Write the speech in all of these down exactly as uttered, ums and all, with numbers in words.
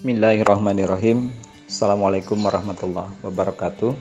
Bismillahirrahmanirrahim. Assalamualaikum warahmatullahi wabarakatuh.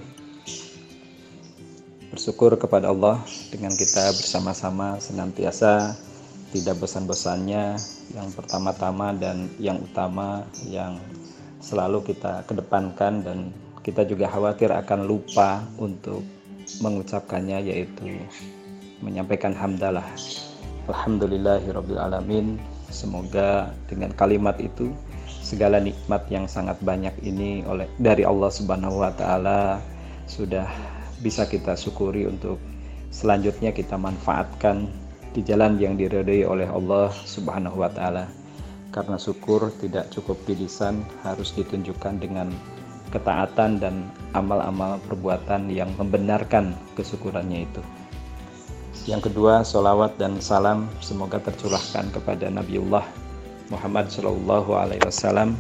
Bersyukur kepada Allah dengan kita bersama-sama senantiasa tidak bosan-bosannya yang pertama-tama dan yang utama yang selalu kita kedepankan dan kita juga khawatir akan lupa untuk mengucapkannya, yaitu menyampaikan hamdalah. Alhamdulillahirabbil alamin. Semoga dengan kalimat itu segala nikmat yang sangat banyak ini oleh dari Allah Subhanahu wa taala sudah bisa kita syukuri untuk selanjutnya kita manfaatkan di jalan yang diridhai oleh Allah Subhanahu wa taala. Karena syukur tidak cukup di lisan, harus ditunjukkan dengan ketaatan dan amal-amal perbuatan yang membenarkan kesyukurannya itu. Yang kedua, sholawat dan salam semoga tercurahkan kepada Nabiullah Muhammad Shallallahu Alaihi Wasallam,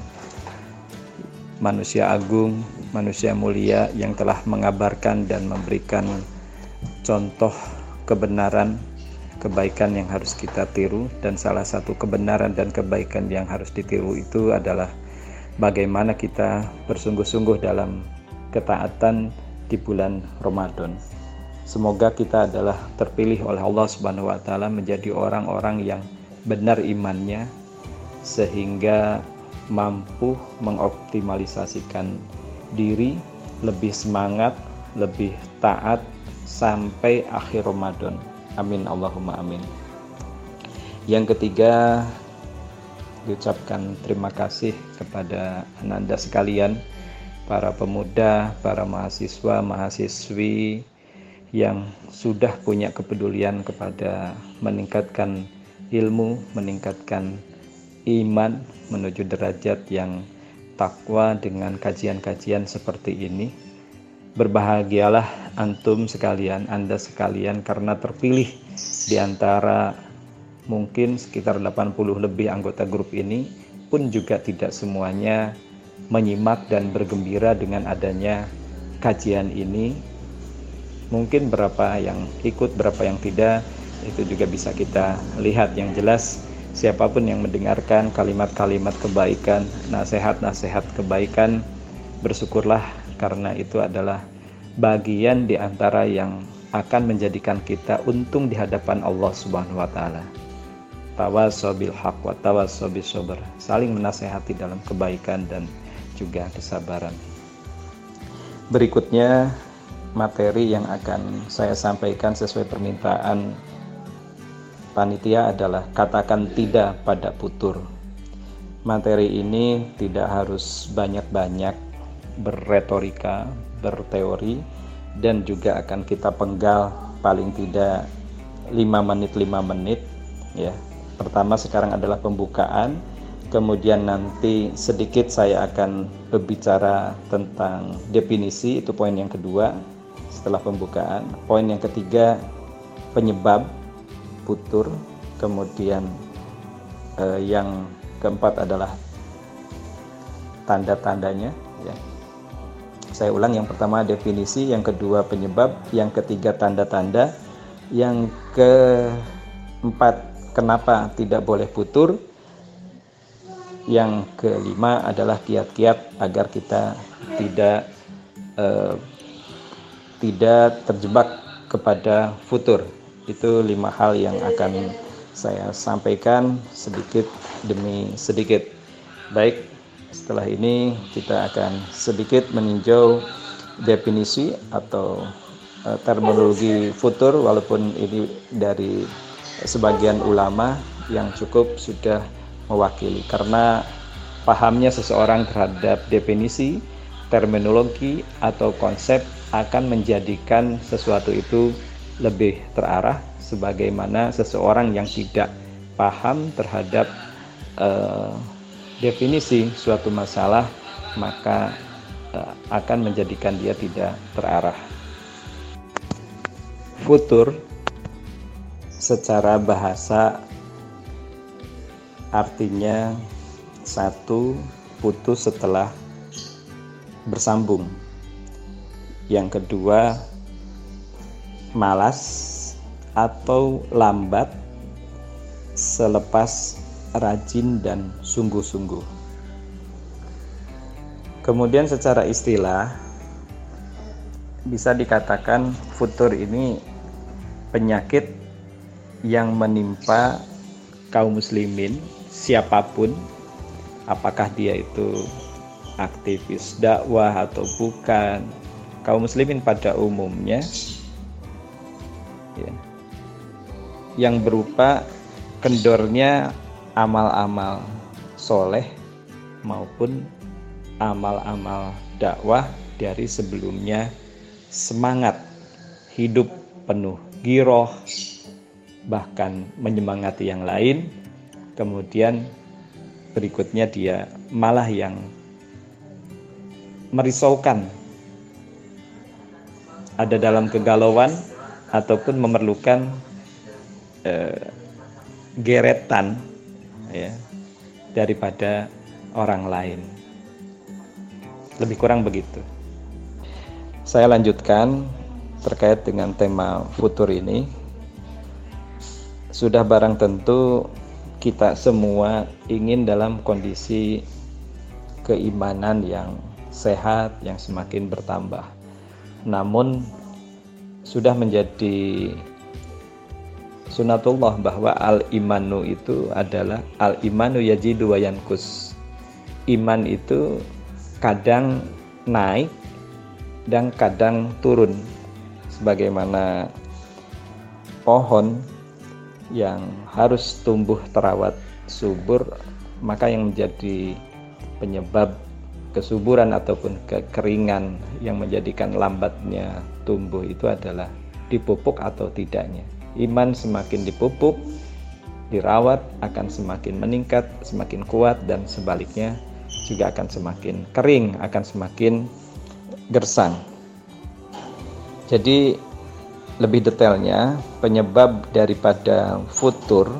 manusia agung, manusia mulia yang telah mengabarkan dan memberikan contoh kebenaran, kebaikan yang harus kita tiru. Dan salah satu kebenaran dan kebaikan yang harus ditiru itu adalah bagaimana kita bersungguh-sungguh dalam ketaatan di bulan Ramadan. Semoga kita adalah terpilih oleh Allah Subhanahu wa taala menjadi orang-orang yang benar imannya, sehingga mampu mengoptimalisasikan diri, lebih semangat, lebih taat sampai akhir Ramadan. Amin Allahumma amin. Yang ketiga, diucapkan terima kasih kepada Anda sekalian, para pemuda, para mahasiswa, mahasiswi yang sudah punya kepedulian kepada meningkatkan ilmu, meningkatkan iman menuju derajat yang takwa dengan kajian-kajian seperti ini. Berbahagialah antum sekalian, Anda sekalian, karena terpilih di antara mungkin sekitar delapan puluh lebih anggota grup ini, pun juga tidak semuanya menyimak dan bergembira dengan adanya kajian ini. Mungkin berapa yang ikut, berapa yang tidak, itu juga bisa kita lihat. Yang jelas, siapapun yang mendengarkan kalimat-kalimat kebaikan, nasihat-nasihat kebaikan, bersyukurlah karena itu adalah bagian di antara yang akan menjadikan kita untung di hadapan Allah Subhanahu wa taala. Tawassaw bil haq wa tawassaw bis sabr. Saling menasehati dalam kebaikan dan juga kesabaran. Berikutnya materi yang akan saya sampaikan sesuai permintaan panitia adalah katakan tidak pada futur. Materi ini tidak harus banyak-banyak berretorika, berteori, dan juga akan kita penggal paling tidak lima menit lima menit ya. Pertama sekarang adalah pembukaan, kemudian nanti sedikit saya akan berbicara tentang definisi, itu poin yang kedua setelah pembukaan. Poin yang ketiga penyebab futur, kemudian eh, yang keempat adalah tanda-tandanya ya. Saya ulang, yang pertama definisi, yang kedua penyebab, yang ketiga tanda-tanda, yang keempat kenapa tidak boleh futur, yang kelima adalah kiat-kiat agar kita tidak eh, tidak terjebak kepada futur. Itu lima hal yang akan saya sampaikan sedikit demi sedikit. Baik, setelah ini kita akan sedikit meninjau definisi atau uh, terminologi futur, walaupun ini dari sebagian ulama yang cukup sudah mewakili, karena pahamnya seseorang terhadap definisi, terminologi atau konsep akan menjadikan sesuatu itu lebih terarah, sebagaimana seseorang yang tidak paham terhadap uh, definisi suatu masalah, maka uh, akan menjadikan dia tidak terarah. Futur secara bahasa artinya satu, putus setelah bersambung. Yang kedua, malas atau lambat selepas rajin dan sungguh-sungguh. Kemudian secara istilah bisa dikatakan futur ini penyakit yang menimpa kaum muslimin siapapun, apakah dia itu aktivis dakwah atau bukan, kaum muslimin pada umumnya ya, yang berupa kendornya amal-amal soleh maupun amal-amal dakwah dari sebelumnya, semangat hidup penuh giroh, bahkan menyemangati yang lain, kemudian berikutnya dia malah yang merisaukan, ada dalam kegalauan ataupun memerlukan eh, geretan ya, daripada orang lain. Lebih kurang begitu. Saya lanjutkan terkait dengan tema futur ini. Sudah barang tentu kita semua ingin dalam kondisi keimanan yang sehat, yang semakin bertambah. Namun sudah menjadi sunatullah bahwa al-imanu itu adalah al-imanu yajidu wa yankus. Iman itu kadang naik dan kadang turun, sebagaimana pohon yang harus tumbuh terawat subur, maka yang menjadi penyebab kesuburan ataupun kekeringan yang menjadikan lambatnya tumbuh itu adalah dipupuk atau tidaknya. Iman semakin dipupuk, dirawat, akan semakin meningkat, semakin kuat, dan sebaliknya juga akan semakin kering, akan semakin gersang. Jadi lebih detailnya penyebab daripada futur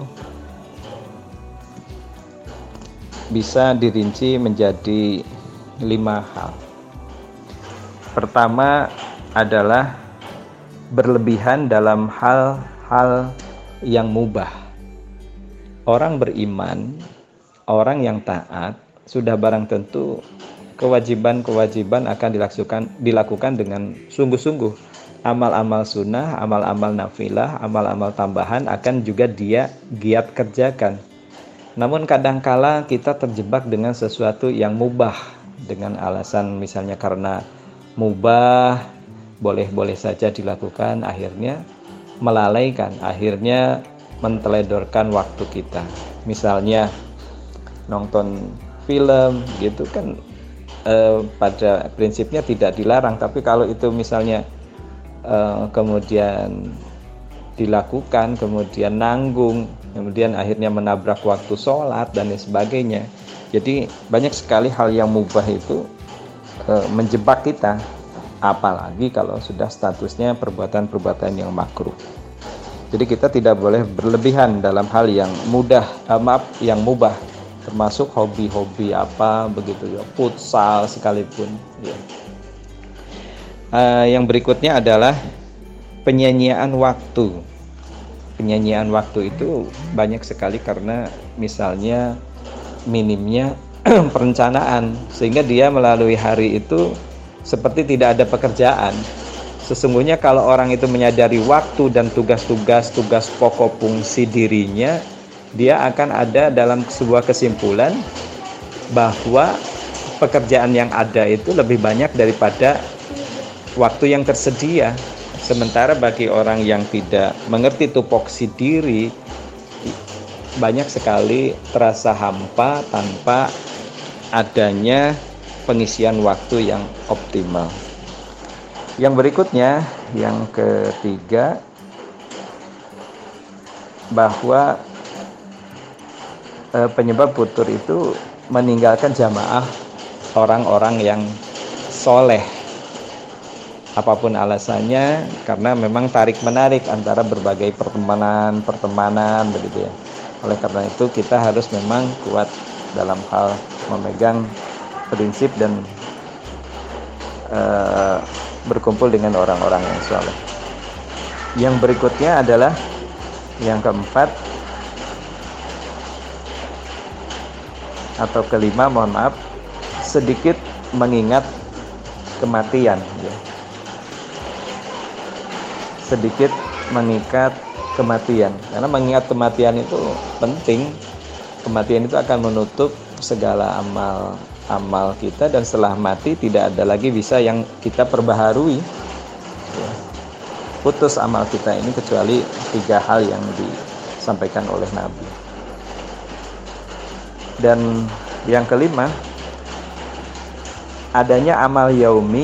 bisa dirinci menjadi lima hal. Pertama adalah berlebihan dalam hal-hal yang mubah. Orang beriman, orang yang taat, sudah barang tentu kewajiban-kewajiban akan dilakukan, dilakukan dengan sungguh-sungguh. Amal-amal sunnah, amal-amal nafilah, amal-amal tambahan akan juga dia giat kerjakan. Namun kadangkala kita terjebak dengan sesuatu yang mubah, dengan alasan misalnya karena mubah, boleh-boleh saja dilakukan, akhirnya melalaikan, akhirnya menteledorkan waktu kita. Misalnya nonton film gitu kan eh, pada prinsipnya tidak dilarang, tapi kalau itu misalnya eh, kemudian dilakukan, kemudian nanggung, kemudian akhirnya menabrak waktu sholat dan lain sebagainya. Jadi banyak sekali hal yang mubah itu eh, menjebak kita, apalagi kalau sudah statusnya perbuatan-perbuatan yang makruh. Jadi kita tidak boleh berlebihan dalam hal yang mudah, eh, maaf, yang mubah, termasuk hobi-hobi apa begitu ya, futsal sekalipun ya. Uh, yang berikutnya adalah penyanyian waktu. Penyanyian waktu itu banyak sekali karena misalnya minimnya perencanaan, sehingga dia melalui hari itu seperti tidak ada pekerjaan. Sesungguhnya kalau orang itu menyadari waktu dan tugas-tugas tugas pokok fungsi dirinya, dia akan ada dalam sebuah kesimpulan bahwa pekerjaan yang ada itu lebih banyak daripada waktu yang tersedia. Sementara bagi orang yang tidak mengerti tupoksi diri, banyak sekali terasa hampa tanpa adanya pengisian waktu yang optimal. Yang berikutnya, yang ketiga, bahwa penyebab futur itu meninggalkan jamaah orang-orang yang soleh, apapun alasannya, karena memang tarik-menarik antara berbagai pertemanan-pertemanan begitu ya. Oleh karena itu kita harus memang kuat dalam hal memegang prinsip dan uh, berkumpul dengan orang-orang yang soleh. Yang berikutnya adalah yang keempat atau kelima, mohon maaf, sedikit mengingat kematian, ya. Sedikit mengikat kematian, karena mengingat kematian itu penting. Kematian itu akan menutup segala amal amal kita, dan setelah mati tidak ada lagi bisa yang kita perbaharui, ya. Putus amal kita ini kecuali tiga hal yang disampaikan oleh Nabi. Dan yang kelima, adanya amal yaumi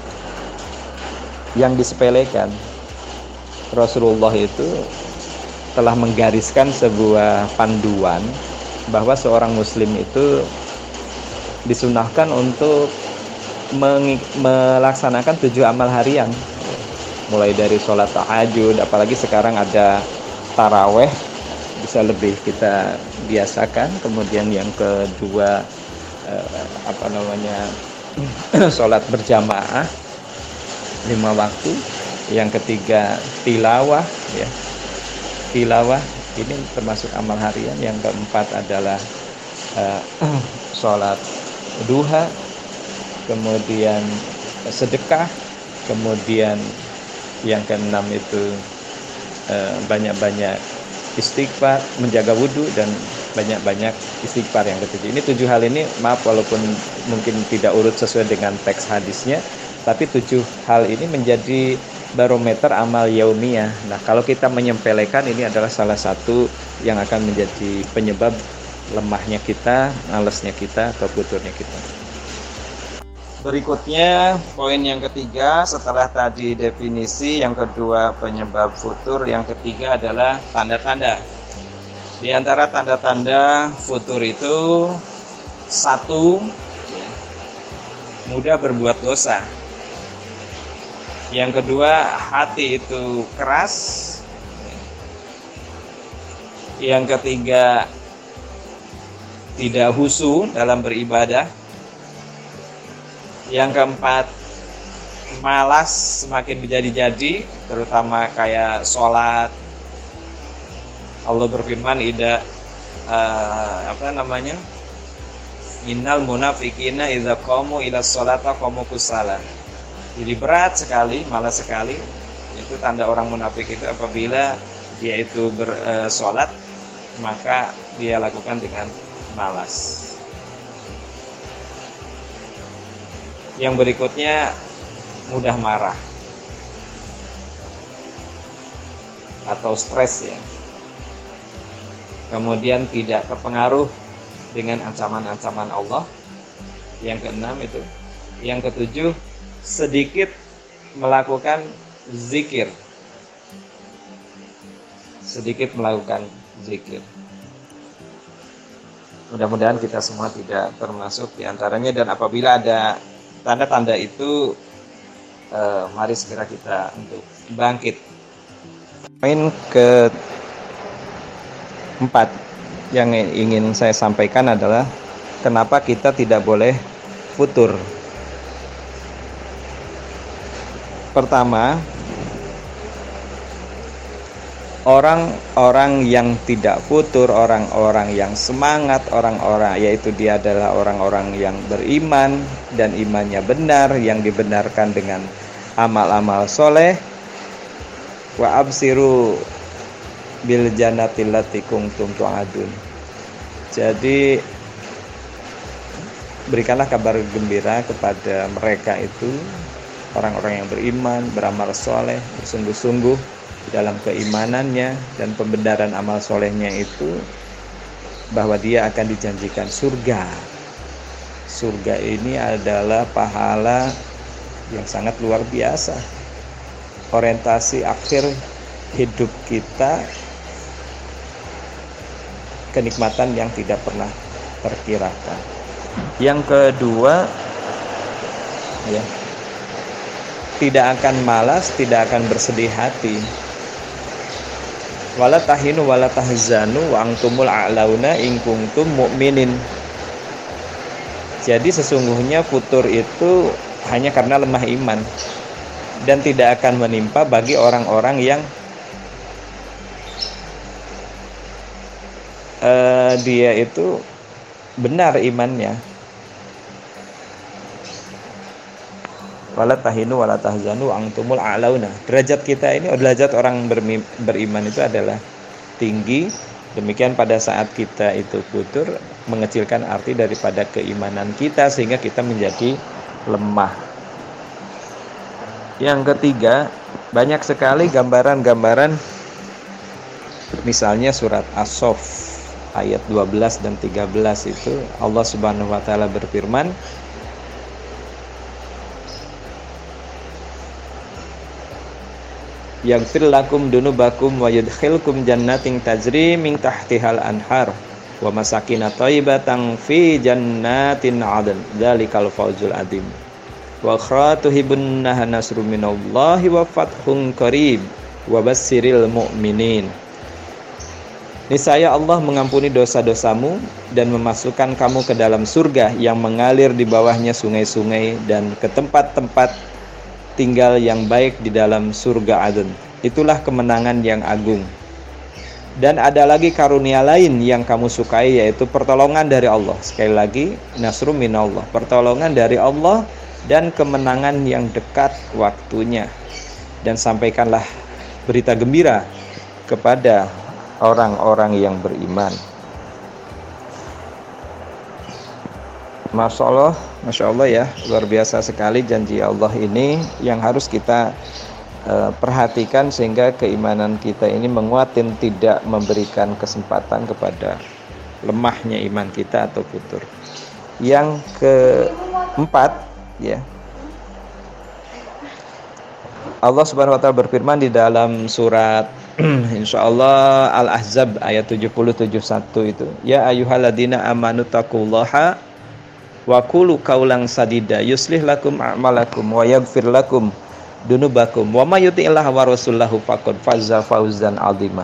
yang disepelekan. Rasulullah itu telah menggariskan sebuah panduan bahwa seorang muslim itu disunahkan untuk melaksanakan tujuh amal harian, mulai dari sholat tahajud, apalagi sekarang ada taraweh, bisa lebih kita biasakan. Kemudian yang kedua eh, apa namanya sholat berjamaah lima waktu. Yang ketiga tilawah, ya, tilawah ini termasuk amal harian. Yang keempat adalah uh, sholat duha, kemudian sedekah, kemudian yang keenam itu uh, banyak-banyak istighfar, menjaga wudhu, dan banyak-banyak istighfar yang ketujuh. Ini tujuh hal ini, maaf walaupun mungkin tidak urut sesuai dengan teks hadisnya, tapi tujuh hal ini menjadi barometer amal yaumiyah. Nah, kalau kita menyempelekan, ini adalah salah satu yang akan menjadi penyebab lemahnya kita, malasnya kita, atau futurnya kita. Berikutnya, poin yang ketiga, setelah tadi definisi, yang kedua penyebab futur, yang ketiga adalah tanda-tanda. Di antara tanda-tanda futur itu, satu, mudah berbuat dosa. Yang kedua, hati itu keras. Yang ketiga, tidak khusyuk dalam beribadah. Yang keempat, malas semakin menjadi-jadi, terutama kayak sholat. Allah berfirman, ida uh, apa namanya, innal munafiqina idza qamu ila sholata qamu kusala. Jadi berat sekali, malas sekali. Itu tanda orang munafik itu apabila dia itu bersolat, maka dia lakukan dengan malas. Yang berikutnya, mudah marah atau stres, ya. Kemudian tidak terpengaruh dengan ancaman-ancaman Allah. Yang keenam itu. Yang ketujuh, sedikit melakukan zikir. Sedikit melakukan zikir. Mudah-mudahan kita semua tidak termasuk di antaranya, dan apabila ada tanda-tanda itu, eh, mari segera kita untuk bangkit. Poin keempat yang ingin saya sampaikan adalah kenapa kita tidak boleh futur. Pertama, orang-orang yang tidak futur, orang-orang yang semangat, orang-orang yaitu dia adalah orang-orang yang beriman dan imannya benar, yang dibenarkan dengan amal-amal soleh. Wa absiru bil jannati allati kuntum tu'adun. Jadi berikanlah kabar gembira kepada mereka itu, orang-orang yang beriman, beramal soleh, bersungguh-sungguh dalam keimanannya dan pembenaran amal solehnya itu, bahwa dia akan dijanjikan surga. Surga ini adalah pahala yang sangat luar biasa. Orientasi akhir hidup kita, kenikmatan yang tidak pernah terkirakan. Yang kedua, ya, tidak akan malas, tidak akan bersedih hati. Wala tahinu wala tahzanu wa antumul a'launa in kuntum mu'minin. Jadi sesungguhnya futur itu hanya karena lemah iman, dan tidak akan menimpa bagi orang-orang yang uh, dia itu benar imannya. wala tahinu wala tahzanu antumul a'launa. Derajat kita ini, derajat orang beriman itu adalah tinggi. Demikian pada saat kita itu futur, mengecilkan arti daripada keimanan kita sehingga kita menjadi lemah. Yang ketiga, banyak sekali gambaran-gambaran, misalnya surat As-Saff ayat dua belas dan tiga belas itu Allah Subhanahu wa taala berfirman, yaghfir lakum dunubakum wa yudkhilkum jannatin tajri min tahtihal anhar wa masakin thayyibatan fi jannatin 'adn dzalikal fawzul 'adzim wa khratuhibunnaha nasrum minallahi wa fathun qarib wa bassiril mu'minin. Niscaya Allah mengampuni dosa-dosamu dan memasukkan kamu ke dalam surga yang mengalir di bawahnya sungai-sungai dan ke tempat-tempat tinggal yang baik di dalam surga Aden. Itulah kemenangan yang agung. Dan ada lagi karunia lain yang kamu sukai, yaitu pertolongan dari Allah. Sekali lagi, nasrum minallah, pertolongan dari Allah dan kemenangan yang dekat waktunya. Dan sampaikanlah berita gembira kepada orang-orang yang beriman. Masya Allah, Masya Allah ya, luar biasa sekali janji Allah ini yang harus kita uh, perhatikan sehingga keimanan kita ini menguatin, tidak memberikan kesempatan kepada lemahnya iman kita atau futur. Yang keempat ya, Allah Subhanahu wa taala berfirman di dalam surat insyaallah Al-Ahzab ayat tujuh puluh tujuh satu itu, ya ayyuhalladzina amanu taqullaha wa qulu qaulan sadida yuslih lakum a'malakum wa yaghfir lakum dunubakum wa may yuti'illah wa rasulahu faqad fazza fawzan 'azima.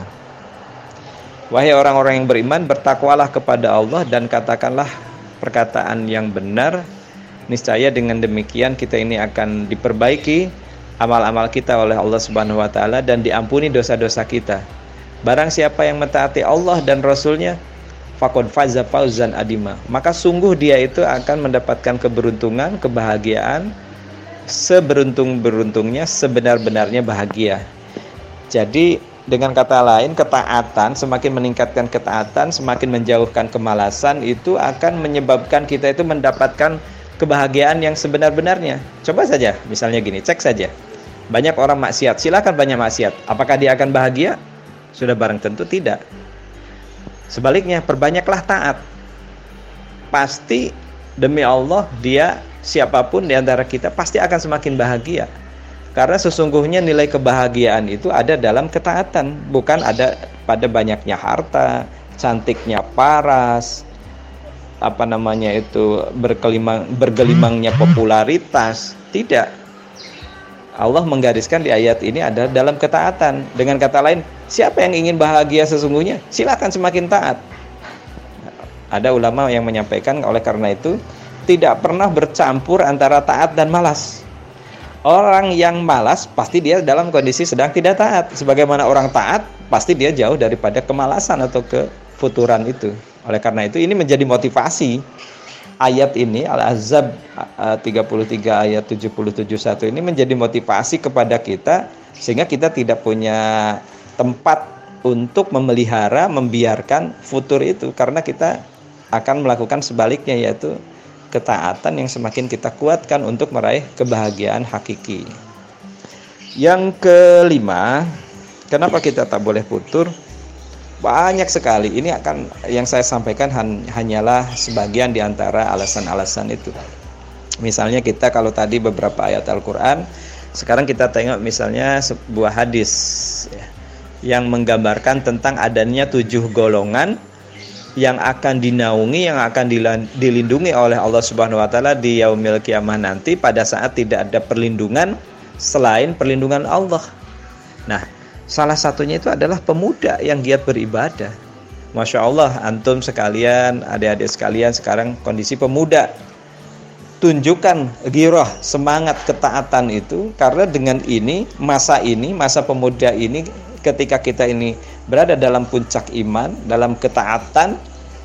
Wahai orang-orang yang beriman, bertakwalah kepada Allah dan katakanlah perkataan yang benar. Niscaya dengan demikian kita ini akan diperbaiki amal-amal kita oleh Allah Subhanahu wa taala dan diampuni dosa-dosa kita. Barang siapa yang mentaati Allah dan Rasulnya, faqad faza fawzan adima, maka sungguh dia itu akan mendapatkan keberuntungan, kebahagiaan seberuntung-beruntungnya, sebenar-benarnya bahagia. Jadi dengan kata lain, ketaatan, semakin meningkatkan ketaatan, semakin menjauhkan kemalasan, itu akan menyebabkan kita itu mendapatkan kebahagiaan yang sebenar-benarnya. Coba saja, misalnya gini, cek saja. Banyak orang maksiat, silakan banyak maksiat. Apakah dia akan bahagia? Sudah barang tentu tidak. Sebaliknya, perbanyaklah taat. Pasti demi Allah, dia siapapun di antara kita pasti akan semakin bahagia. Karena sesungguhnya nilai kebahagiaan itu ada dalam ketaatan, bukan ada pada banyaknya harta, cantiknya paras, apa namanya itu berkelimang, bergelimangnya popularitas. Tidak. Allah menggariskan di ayat ini adalah dalam ketaatan. Dengan kata lain, siapa yang ingin bahagia sesungguhnya, silakan semakin taat. Ada ulama yang menyampaikan oleh karena itu tidak pernah bercampur antara taat dan malas. Orang yang malas pasti dia dalam kondisi sedang tidak taat. Sebagaimana orang taat pasti dia jauh daripada kemalasan atau kefuturan itu. Oleh karena itu ini menjadi motivasi. Ayat ini Al-Ahzab tiga puluh tiga ayat tujuh puluh tujuh satu ini menjadi motivasi kepada kita sehingga kita tidak punya tempat untuk memelihara, membiarkan futur itu, karena kita akan melakukan sebaliknya, yaitu ketaatan yang semakin kita kuatkan untuk meraih kebahagiaan hakiki. Yang kelima, kenapa kita tak boleh futur? Banyak sekali. Ini akan yang saya sampaikan hanyalah sebagian di antara alasan-alasan itu. Misalnya kita kalau tadi beberapa ayat Al-Quran, sekarang kita tengok misalnya sebuah hadis ya, yang menggambarkan tentang adanya tujuh golongan yang akan dinaungi, yang akan dilindungi oleh Allah Subhanahu wa taala di yaumil kiamah nanti, pada saat tidak ada perlindungan selain perlindungan Allah. Nah, salah satunya itu adalah pemuda yang giat beribadah. Masya Allah, antum sekalian, adik-adik sekalian, sekarang kondisi pemuda. Tunjukkan girah, semangat ketaatan itu, karena dengan ini, masa ini, masa pemuda ini, ketika kita ini berada dalam puncak iman, dalam ketaatan,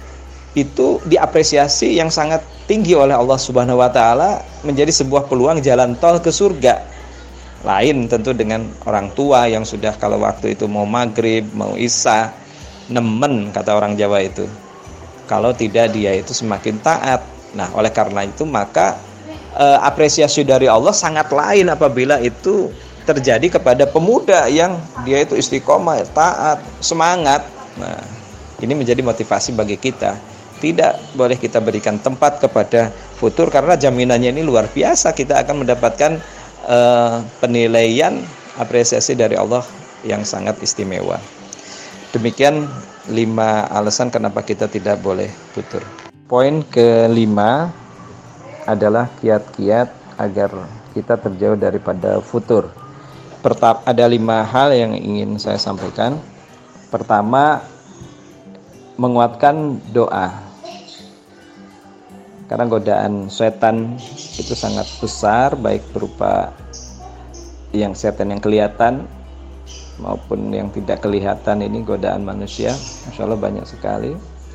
itu diapresiasi yang sangat tinggi oleh Allah Subhanahu wa taala, menjadi sebuah peluang jalan tol ke surga. Lain tentu dengan orang tua yang sudah kalau waktu itu mau maghrib, mau isya, nemen kata orang Jawa itu. Kalau tidak dia itu semakin taat. Nah, oleh karena itu maka e, apresiasi dari Allah sangat lain apabila itu terjadi kepada pemuda yang dia itu istiqomah, taat, semangat. Nah, ini menjadi motivasi bagi kita. Tidak boleh kita berikan tempat kepada futur, karena jaminannya ini luar biasa. Kita akan mendapatkan uh, penilaian apresiasi dari Allah yang sangat istimewa. Demikian lima alasan kenapa kita tidak boleh futur. Poin kelima adalah kiat-kiat agar kita terjauh daripada futur. Pertama, ada lima hal yang ingin saya sampaikan. Pertama, menguatkan doa. Karena godaan setan itu sangat besar, baik berupa yang setan yang kelihatan maupun yang tidak kelihatan. Ini godaan manusia, Masya Allah banyak sekali.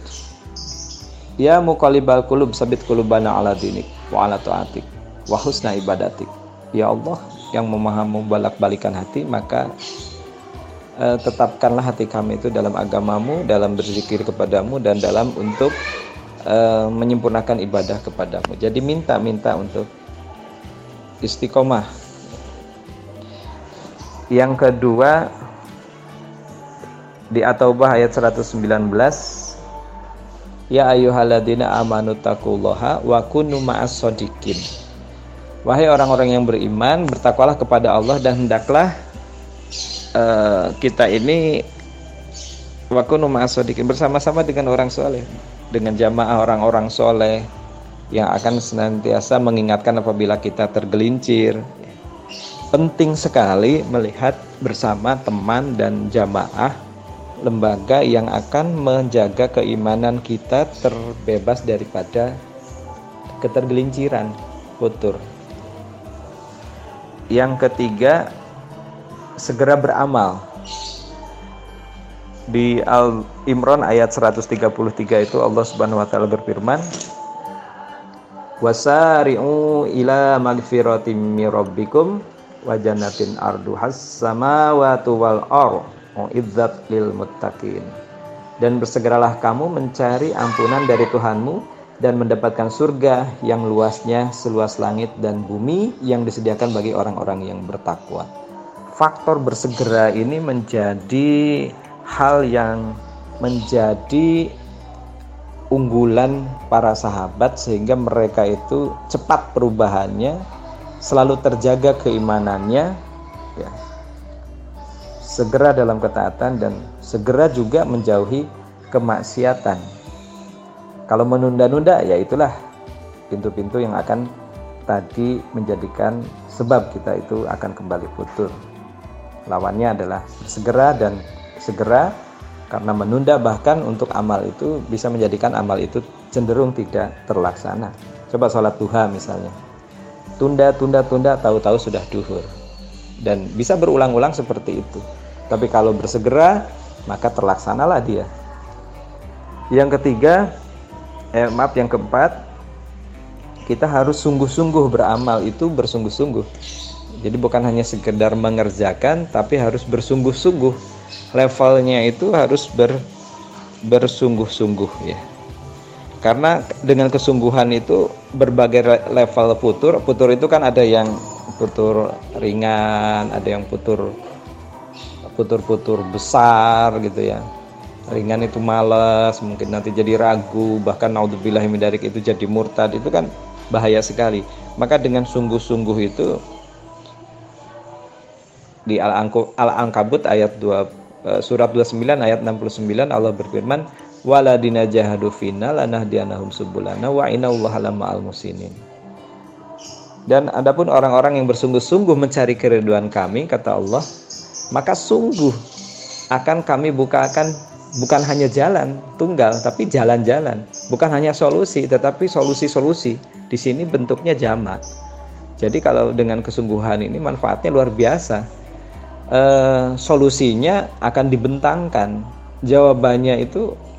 Ya muqallibal qulub sabit qulubana ala dinik wa ala ta'atik wa husna ibadatik. Ya Allah yang memahami bolak-balikan hati, maka eh, tetapkanlah hati kami itu dalam agamamu, dalam berzikir kepadamu, dan dalam untuk Uh, menyempurnakan ibadah kepadamu. Jadi minta-minta untuk istiqomah. Yang kedua, di At-Taubah ayat seratus sembilan belas, ya ayyuhalladzina amanu taqullaha wa kunu ma'as shodiqin. Wahai orang-orang yang beriman, bertakwalah kepada Allah dan hendaklah uh, kita ini wa kunu ma'as shodiqin, bersama-sama dengan orang soleh, dengan jamaah orang-orang soleh yang akan senantiasa mengingatkan apabila kita tergelincir. Penting sekali melihat bersama teman dan jamaah lembaga yang akan menjaga keimanan kita terbebas daripada ketergelinciran, futur. Yang ketiga, segera beramal. Di Al-Imran ayat seratus tiga puluh tiga itu Allah Subhanahu wa taala berfirman, wasari'u ila magfiratim mir rabbikum wa jannatin arduhas samawati wal ardh u'idzat lil muttaqin. Dan bersegeralah kamu mencari ampunan dari Tuhanmu dan mendapatkan surga yang luasnya seluas langit dan bumi yang disediakan bagi orang-orang yang bertakwa. Faktor bersegera ini menjadi hal yang menjadi unggulan para sahabat, sehingga mereka itu cepat perubahannya, selalu terjaga keimanannya, ya, segera dalam ketaatan dan segera juga menjauhi kemaksiatan. Kalau menunda-nunda, ya itulah pintu-pintu yang akan tadi menjadikan sebab kita itu akan kembali futur. Lawannya adalah segera, dan segera karena menunda bahkan untuk amal itu bisa menjadikan amal itu cenderung tidak terlaksana. Coba sholat duha misalnya, tunda tunda tunda tahu-tahu sudah duhur, dan bisa berulang-ulang seperti itu. Tapi kalau bersegera maka terlaksanalah dia. Yang ketiga, eh, maaf yang keempat, kita harus sungguh-sungguh beramal, itu bersungguh-sungguh. Jadi bukan hanya sekedar mengerjakan, tapi harus bersungguh-sungguh. Levelnya itu harus ber, bersungguh-sungguh, ya. Karena dengan kesungguhan itu berbagai level futur. Futur itu kan ada yang futur ringan, ada yang futur futur-futur besar gitu ya. Ringan itu malas, mungkin nanti jadi ragu, bahkan naudzubillahi min dzalik itu jadi murtad. Itu kan bahaya sekali. Maka dengan sungguh-sungguh itu di Al-Ankabut ayat dua, surat dua puluh sembilan ayat enam puluh sembilan Allah berfirman, waladina jahadu fina lanahdiyanahum subulana wa innallaha lama'al muhsinin. Dan adapun orang-orang yang bersungguh-sungguh mencari keridhaan kami, kata Allah, maka sungguh akan kami bukakan bukan hanya jalan tunggal, tapi jalan-jalan. Bukan hanya solusi, tetapi solusi-solusi. Di sini bentuknya jamak. Jadi kalau dengan kesungguhan ini manfaatnya luar biasa. E, solusinya akan dibentangkan. Jawabannya itu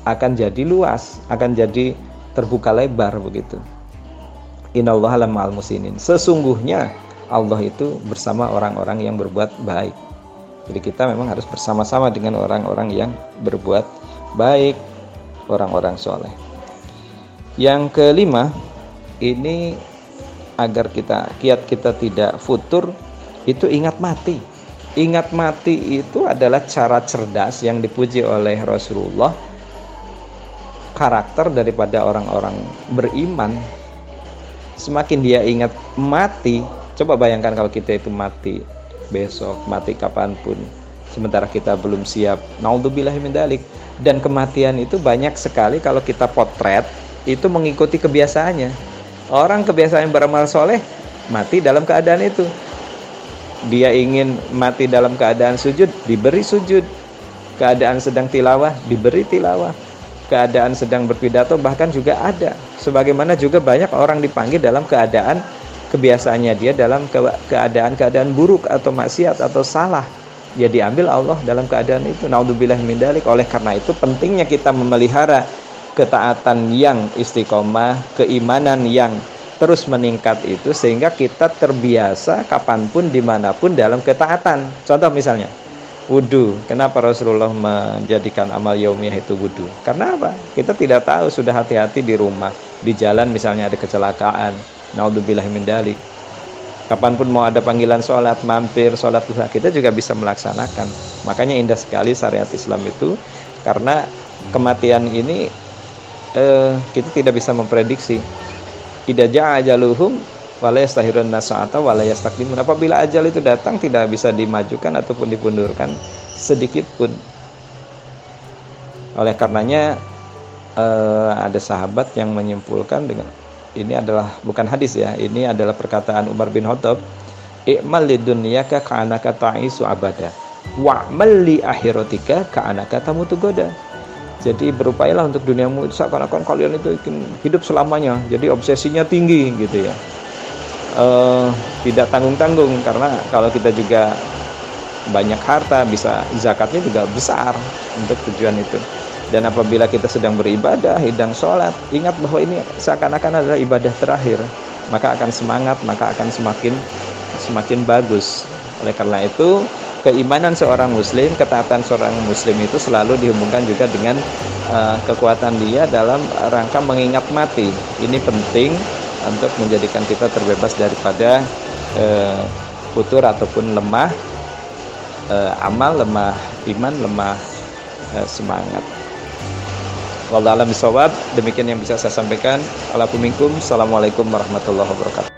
akan jadi luas, akan jadi terbuka lebar begitu. Innallaha lama'al muhsinin. Sesungguhnya Allah itu bersama orang-orang yang berbuat baik. Jadi kita memang harus bersama-sama dengan orang-orang yang berbuat baik, orang-orang soleh. Yang kelima, ini agar kita kiat kita tidak futur, itu ingat mati. Ingat mati itu adalah cara cerdas yang dipuji oleh Rasulullah, karakter daripada orang-orang beriman. Semakin dia ingat mati, coba bayangkan kalau kita itu mati besok, mati kapanpun, sementara kita belum siap. Naudzubillahi min dzalik. Dan kematian itu banyak sekali kalau kita potret, itu mengikuti kebiasaannya. Orang kebiasaan beramal soleh, mati dalam keadaan itu. Dia ingin mati dalam keadaan sujud, diberi sujud. Keadaan sedang tilawah, diberi tilawah. Keadaan sedang berpidato bahkan juga ada. Sebagaimana juga banyak orang dipanggil dalam keadaan kebiasaannya dia dalam keadaan-keadaan buruk atau maksiat atau salah. Ya diambil Allah dalam keadaan itu. Naudzubillahi min dzalik. Oleh karena itu pentingnya kita memelihara ketaatan yang istiqomah, keimanan yang terus meningkat itu, sehingga kita terbiasa kapanpun dimanapun dalam ketaatan. Contoh misalnya wudu. Kenapa Rasulullah menjadikan amal yaumiyah itu wudu? Karena apa? Kita tidak tahu, sudah hati-hati di rumah, di jalan misalnya ada kecelakaan, naudzubillahi min dzalik. Kapanpun mau ada panggilan sholat, mampir sholat duha, kita juga bisa melaksanakan. Makanya indah sekali syariat Islam itu, karena kematian ini eh, kita tidak bisa memprediksi. Idza jaa ajaluhum wala yastahirun nasa'ata wala yastaqdimun. Apabila ajal itu datang, tidak bisa dimajukan ataupun dipundurkan sedikit pun. Oleh karenanya eh, ada sahabat yang menyimpulkan dengan ini adalah bukan hadis ya, ini adalah perkataan Umar bin Khattab, i'mal lidunyaka ka'anaka ta'isu abada wa'mal li akhiratika ka'anaka tamutu goda. Jadi berupayalah untuk duniamu seakan-akan kalian itu ingin hidup selamanya. Jadi obsesinya tinggi gitu ya. Uh, tidak tanggung-tanggung, karena kalau kita juga banyak harta, bisa zakatnya juga besar untuk tujuan itu. Dan apabila kita sedang beribadah, hidang sholat, ingat bahwa ini seakan-akan adalah ibadah terakhir, maka akan semangat, maka akan semakin semakin bagus. Oleh karena itu, keimanan seorang muslim, ketaatan seorang muslim itu selalu dihubungkan juga dengan uh, kekuatan dia dalam rangka mengingat mati. Ini penting untuk menjadikan kita terbebas daripada uh, futur ataupun lemah uh, amal, lemah iman, lemah uh, semangat. Wallahu a'lam bishawab. Demikian yang bisa saya sampaikan. Assalamualaikum warahmatullahi wabarakatuh.